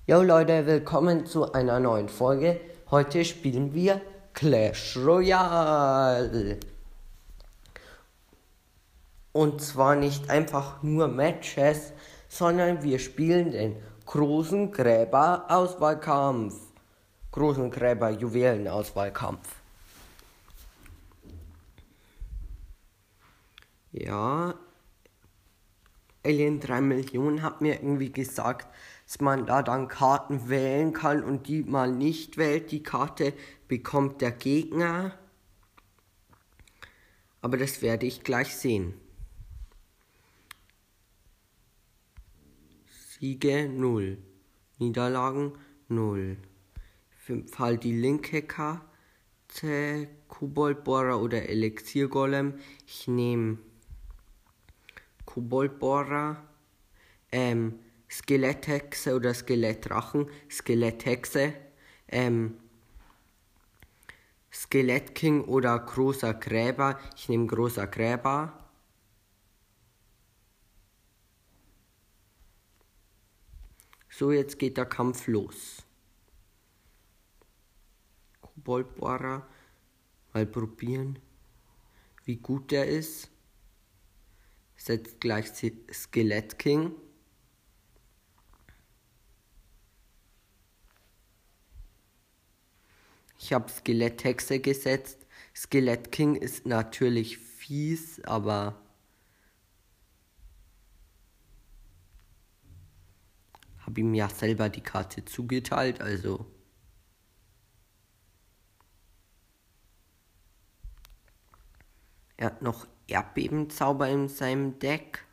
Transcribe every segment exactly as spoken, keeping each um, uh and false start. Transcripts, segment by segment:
Jo Leute, willkommen zu einer neuen Folge. Heute spielen wir Clash Royale. Und zwar nicht einfach nur Matches, sondern wir spielen den großen Gräber-Auswahlkampf. Großen Gräber-Juwelen-Auswahlkampf. Ja, Alien drei Millionen hat mir irgendwie gesagt, dass man da dann Karten wählen kann und die man nicht wählt, die Karte bekommt der Gegner. Aber das werde ich gleich sehen. Siege null. Niederlagen null. Für den Fall die linke Karte, Koboldbohrer oder Elixiergolem. Ich nehme Koboldbohrer, ähm, Skeletthexe oder Skelettdrachen, Skeletthexe, ähm, Skelettking oder großer Gräber. Ich nehme großer Gräber. So, jetzt geht der Kampf los. Koboldbohrer, mal probieren, wie gut der ist. Setzt gleich Skelettking. Ich habe Skeletthexe gesetzt. Skelettking ist natürlich fies, aber habe ihm ja selber die Karte zugeteilt, also er hat noch Erdbebenzauber in seinem Deck.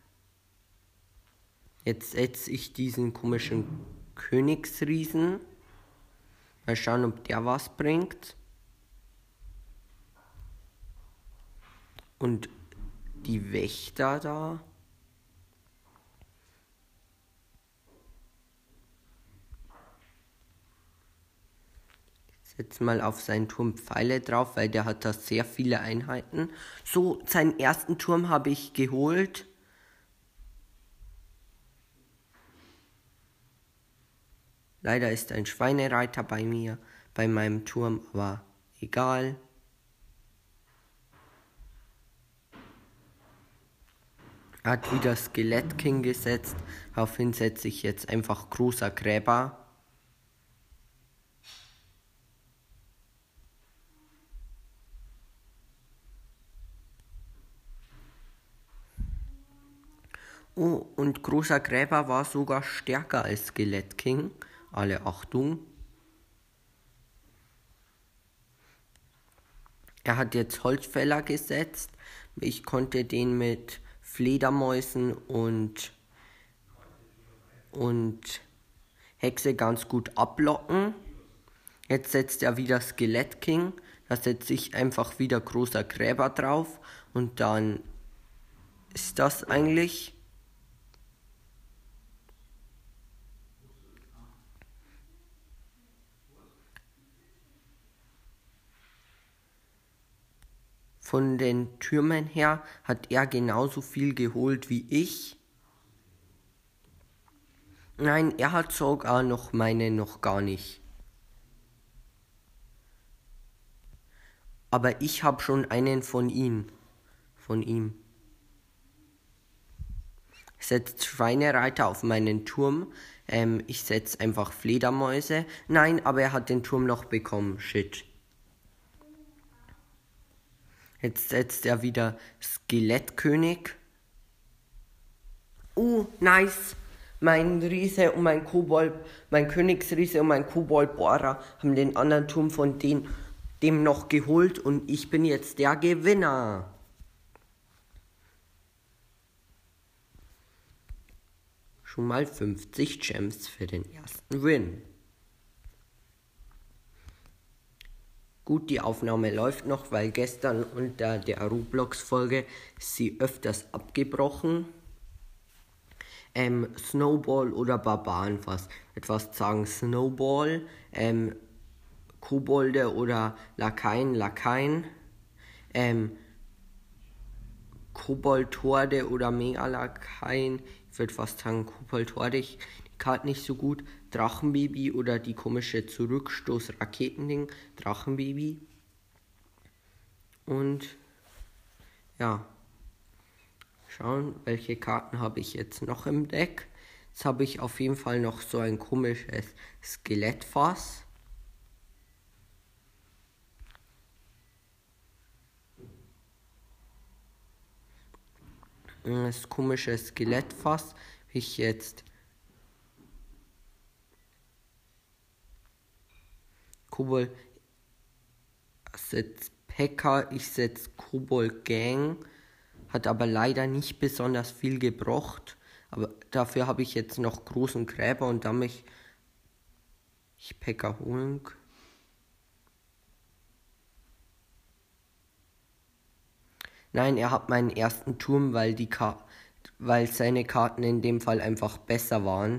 Jetzt setze ich diesen komischen Königsriesen. Mal schauen, ob der was bringt. Und die Wächter da. Ich setze mal auf seinen Turm Pfeile drauf, weil der hat da sehr viele Einheiten. So, seinen ersten Turm habe ich geholt. Leider ist ein Schweinereiter bei mir, bei meinem Turm, aber egal. Er hat wieder Skelettking gesetzt, daraufhin setze ich jetzt einfach großer Gräber. Oh, und großer Gräber war sogar stärker als Skelettking. Alle Achtung. Er hat jetzt Holzfäller gesetzt. Ich konnte den mit Fledermäusen und, und Hexe ganz gut ablocken. Jetzt setzt er wieder Skelettking. Da setze ich einfach wieder großer Gräber drauf. Und dann ist das eigentlich. Von den Türmen her hat er genauso viel geholt wie ich. Nein, er hat sogar noch meine noch gar nicht. Aber ich habe schon einen von ihm. Von ihm. Setzt Schweinereiter auf meinen Turm. Ähm, ich setze einfach Fledermäuse. Nein, aber er hat den Turm noch bekommen. Shit. Jetzt setzt er wieder Skelettkönig. Oh, nice. Mein Riese und mein Kobold, mein Königsriese und mein Koboldbohrer haben den anderen Turm von den, dem noch geholt und ich bin jetzt der Gewinner. Schon mal fünfzig Gems für den ersten Win. Gut, die Aufnahme läuft noch, weil gestern unter der Roblox-Folge ist sie öfters abgebrochen. Ähm, Snowball oder Barbarenfass. Etwas sagen Snowball, ähm, Kobolde oder Lakaien, Lakaien, ähm, Koboldhorde oder Megalakaien. Ich würde fast sagen Koboldhorde, ich die Karte nicht so gut. Drachenbaby oder die komische Zurückstoß-Raketending, Drachenbaby. Und ja, schauen, welche Karten habe ich jetzt noch im Deck. Jetzt habe ich auf jeden Fall noch so ein komisches Skelettfass. Das komische Skelettfass habe ich jetzt Kobold, setzt P.E.K.K.A, ich setze Kobold Gang, hat aber leider nicht besonders viel gebracht, aber dafür habe ich jetzt noch großen Gräber und damit ich P E K K A holen. Nein, er hat meinen ersten Turm, weil die Ka weil seine Karten in dem Fall einfach besser waren.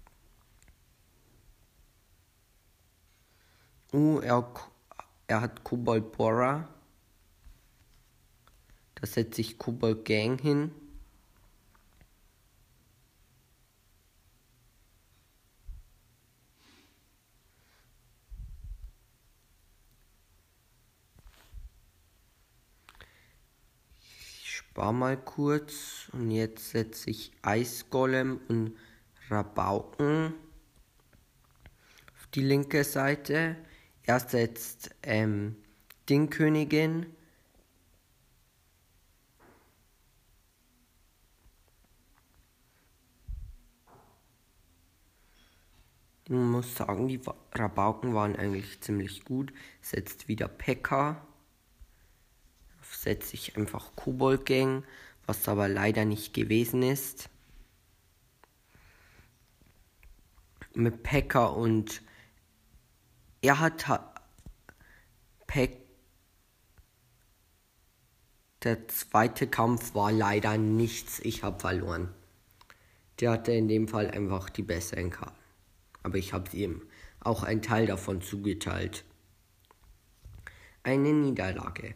Uh, er, er hat Kobold Bohrer. Da setze ich Kobold Gang hin. Ich spare mal kurz und jetzt setze ich Eisgolem und Rabauken auf die linke Seite. Er setzt ähm, Dingkönigin. Ich muss sagen, die Rabauken waren eigentlich ziemlich gut. Setzt wieder P E K K A. Setze ich einfach Kobold Gang, was aber leider nicht gewesen ist. Mit P E K K A und er hat P E K K A. Der zweite Kampf war leider nichts. Ich habe verloren. Der hatte in dem Fall einfach die besseren Karten. Aber ich habe ihm auch einen Teil davon zugeteilt. Eine Niederlage.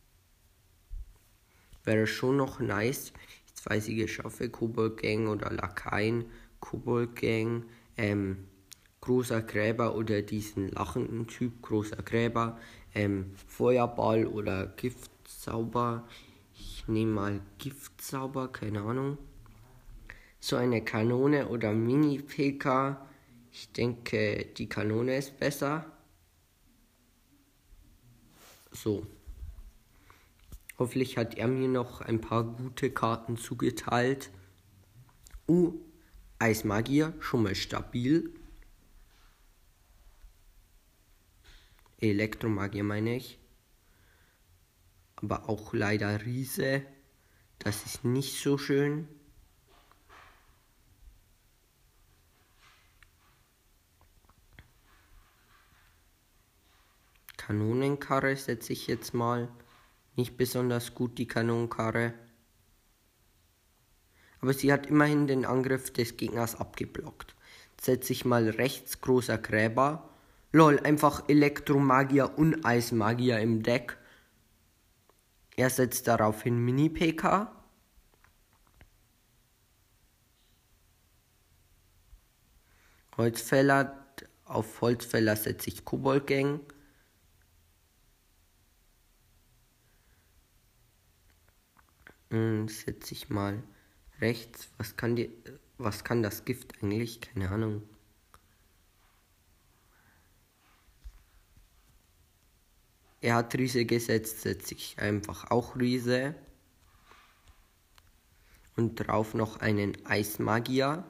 Wäre schon noch nice. Jetzt weiß ich, ich schaffe Kobold Gang oder Lakaien. Kobold Gang. Ähm, großer Gräber oder diesen lachenden Typ. Großer Gräber. Ähm, Feuerball oder Giftzauber. Ich nehme mal Giftzauber, keine Ahnung. So eine Kanone oder Mini-P K. Ich denke, die Kanone ist besser. So. Hoffentlich hat er mir noch ein paar gute Karten zugeteilt. Uh, Eismagier, schon mal stabil. Elektromagier meine ich. Aber auch leider Riese. Das ist nicht so schön. Kanonenkarre setze ich jetzt mal. Nicht besonders gut, die Kanonenkarre. Aber sie hat immerhin den Angriff des Gegners abgeblockt. Jetzt setze ich mal rechts großer Gräber. Lol, einfach Elektromagier und Eismagier im Deck. Er setzt daraufhin Mini-P K K A. Holzfäller, auf Holzfäller setze ich Kobold Gang. Setze ich mal rechts. Was kann die, was kann das Gift eigentlich? Keine Ahnung. Er hat Riese gesetzt, setze ich einfach auch Riese. Und drauf noch einen Eismagier.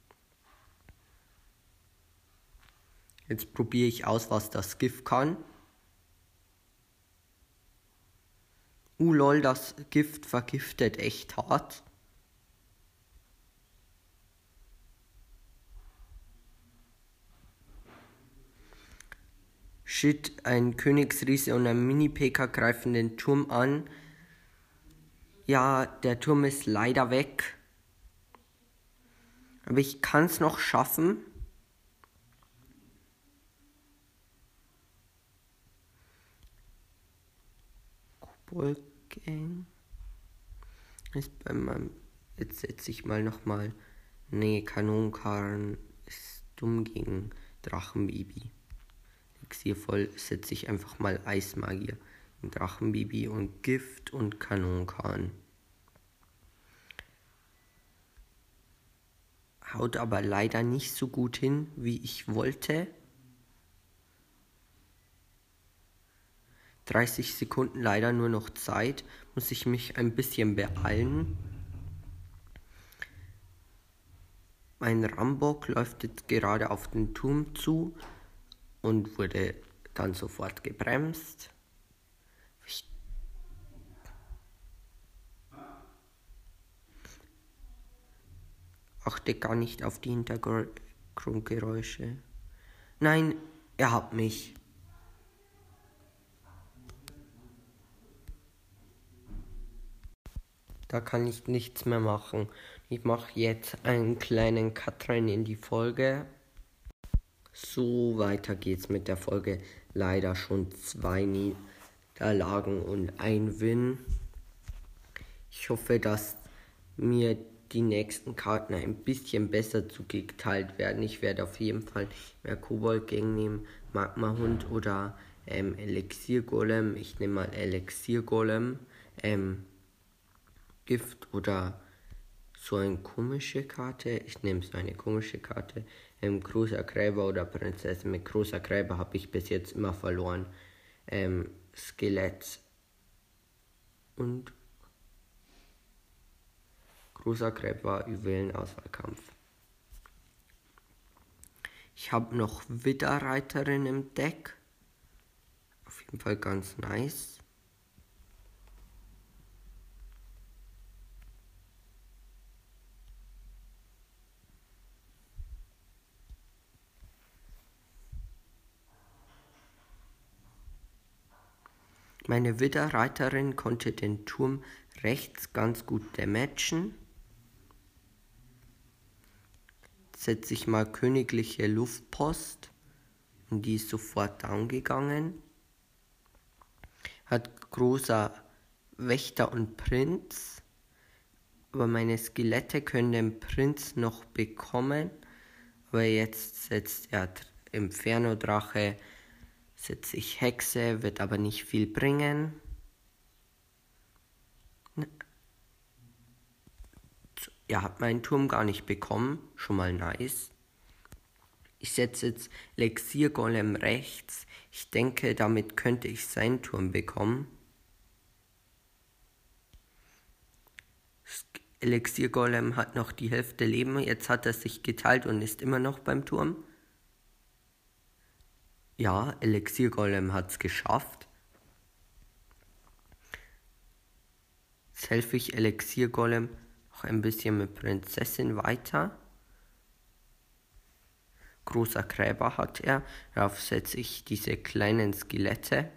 Jetzt probiere ich aus, was das Gift kann. Uh, lol, das Gift vergiftet echt hart. Shit, ein Königsriese und ein Mini-P K greifen den Turm an. Ja, der Turm ist leider weg. Aber ich kann es noch schaffen. Kobold Gang. Ist bei meinem. Jetzt setze ich mal nochmal. Nee, Kanonenkarren ist dumm gegen Drachenbaby. Elixiervoll setze ich einfach mal Eismagier in Drachenbaby und Gift und Kanonkahn. Haut aber leider nicht so gut hin, wie ich wollte. dreißig Sekunden leider nur noch Zeit, muss ich mich ein bisschen beeilen. Mein Rambock läuft jetzt gerade auf den Turm zu und wurde dann sofort gebremst. Ich achte gar nicht auf die Hintergrundgeräusche. Nein, er hat mich. Da kann ich nichts mehr machen. Ich mache jetzt einen kleinen Cut rein in die Folge. So, weiter geht's mit der Folge. Leider schon zwei Niederlagen und ein Win. Ich hoffe, dass mir die nächsten Karten ein bisschen besser zugeteilt werden. Ich werde auf jeden Fall mehr Kobold-Gang nehmen, Magma-Hund oder ähm, Elixier-Golem. Ich nehme mal Elixier-Golem. Ähm, Gift oder so eine komische Karte. Ich nehme so eine komische Karte. Ähm, großer Gräber oder Prinzessin. Mit großer Gräber habe ich bis jetzt immer verloren. Ähm, Skelett und großer Gräber, Juwelenauswahlkampf. Ich habe noch Widderreiterin im Deck. Auf jeden Fall ganz nice. Meine Widderreiterin konnte den Turm rechts ganz gut damagen. Jetzt setze ich mal königliche Luftpost und die ist sofort down gegangen. Hat großer Wächter und Prinz, aber meine Skelette können den Prinz noch bekommen. Aber jetzt setzt er Inferno-Drache, setze ich Hexe, wird aber nicht viel bringen. Er hat meinen Turm gar nicht bekommen, schon mal nice. Ich setze jetzt Elixier-Golem rechts. Ich denke, damit könnte ich seinen Turm bekommen. Elixier-Golem hat noch die Hälfte Leben. Jetzt hat er sich geteilt und ist immer noch beim Turm. Ja, Elixier-Golem hat es geschafft. Jetzt helfe ich Elixier-Golem noch ein bisschen mit Prinzessin weiter. Großer Gräber hat er. Darauf setze ich diese kleinen Skelette.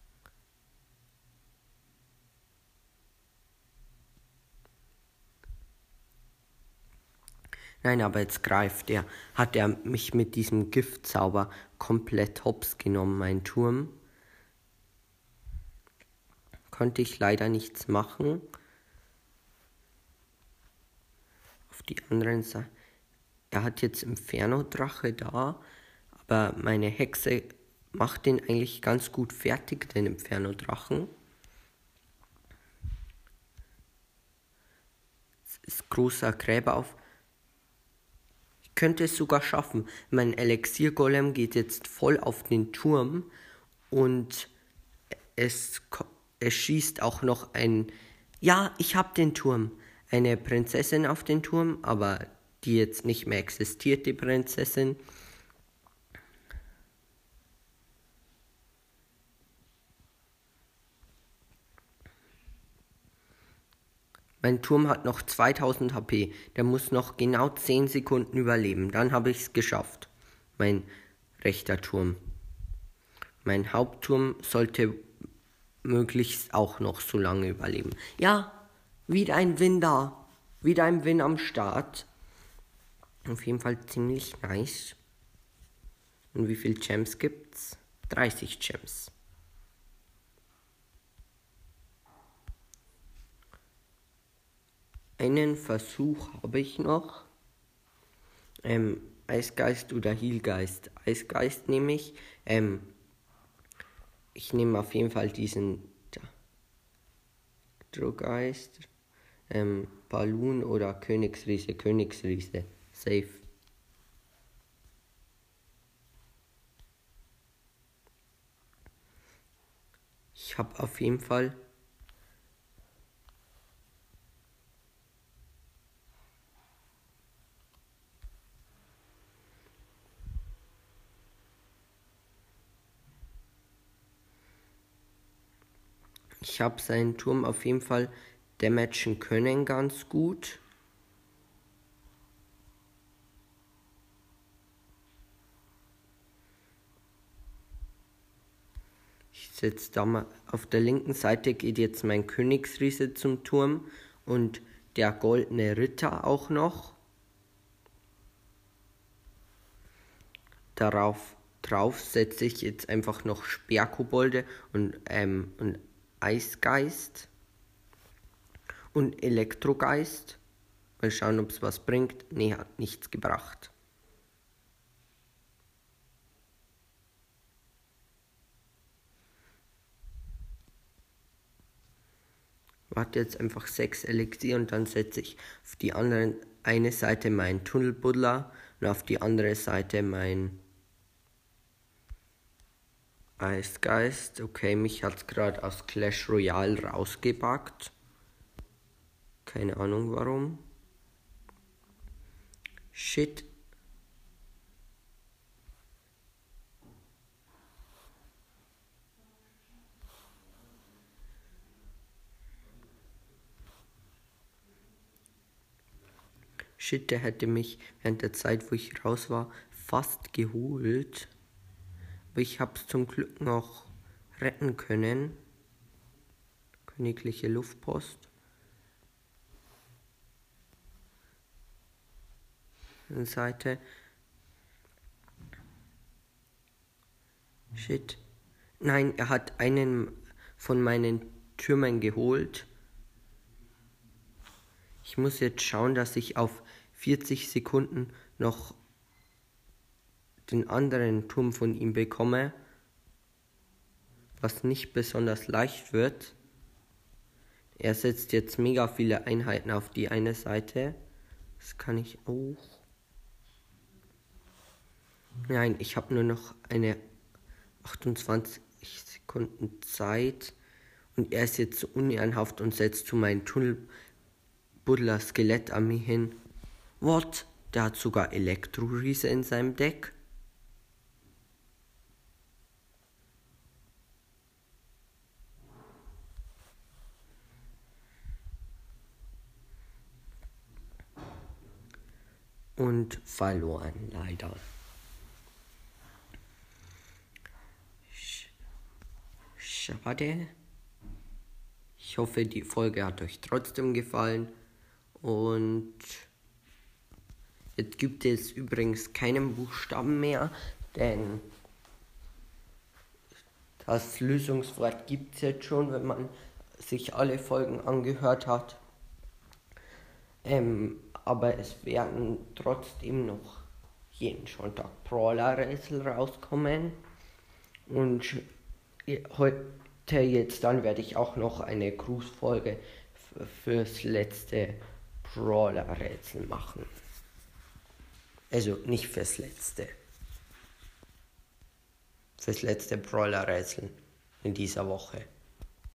Nein, aber jetzt greift er. Hat er mich mit diesem Giftzauber komplett hops genommen, mein Turm. Konnte ich leider nichts machen. Auf die anderen Seite. Er hat jetzt Inferno-Drache da, aber meine Hexe macht den eigentlich ganz gut fertig, den Inferno-Drachen. Es ist großer Gräber auf. Ich könnte es sogar schaffen. Mein Elixier-Golem geht jetzt voll auf den Turm und es, es schießt auch noch ein... Ja, ich habe den Turm. Eine Prinzessin auf den Turm, aber die jetzt nicht mehr existiert, die Prinzessin. Mein Turm hat noch zweitausend H P. Der muss noch genau zehn Sekunden überleben. Dann habe ich es geschafft. Mein rechter Turm. Mein Hauptturm sollte möglichst auch noch so lange überleben. Ja, wieder ein Win da. Wieder ein Win am Start. Auf jeden Fall ziemlich nice. Und wie viele Gems gibt's? dreißig Gems. Einen Versuch habe ich noch. Ähm, Eisgeist oder Healgeist. Eisgeist nehme ich. Ähm, ich nehme auf jeden Fall diesen Drogeist, ähm, Balloon oder Königsriese. Königsriese. Safe. Ich habe auf jeden Fall Ich habe seinen Turm auf jeden Fall damagen können ganz gut. Ich setze da mal auf der linken Seite geht jetzt mein Königsriese zum Turm und der goldene Ritter auch noch. Darauf drauf setze ich jetzt einfach noch Sperrkobolde und, ähm, und Eisgeist und Elektrogeist. Mal schauen, ob es was bringt. Nee, hat nichts gebracht. Warte jetzt einfach sechs Elixier und dann setze ich auf die andere eine Seite meinen Tunnelbuddler und auf die andere Seite mein Eisgeist. Okay, mich hat's gerade aus Clash Royale rausgebackt. Keine Ahnung warum. Shit. Shit, der hätte mich während der Zeit, wo ich raus war, fast geholt. Aber ich hab's zum Glück noch retten können. Königliche Luftpost. Seite. Shit. Nein, er hat einen von meinen Türmen geholt. Ich muss jetzt schauen, dass ich auf vierzig Sekunden noch den anderen Turm von ihm bekomme, was nicht besonders leicht wird. Er setzt jetzt mega viele Einheiten auf die eine Seite. Das kann ich auch. Nein, ich habe nur noch eine achtundzwanzig Sekunden Zeit und er ist jetzt so unehrenhaft und setzt zu meinem Tunnelbuddler Skelettarmee hin. What? Der hat sogar Elektro-Riese in seinem Deck. Und verloren, leider. Schade. Ich hoffe, die Folge hat euch trotzdem gefallen. Und jetzt gibt es übrigens keinen Buchstaben mehr, denn das Lösungswort gibt es jetzt schon, wenn man sich alle Folgen angehört hat. Ähm, aber es werden trotzdem noch jeden Sonntag Brawler-Rätsel rauskommen. Und heute jetzt dann werde ich auch noch eine Grußfolge fürs letzte Brawler-Rätsel machen. Also nicht fürs letzte. Fürs letzte Brawler-Rätsel in dieser Woche.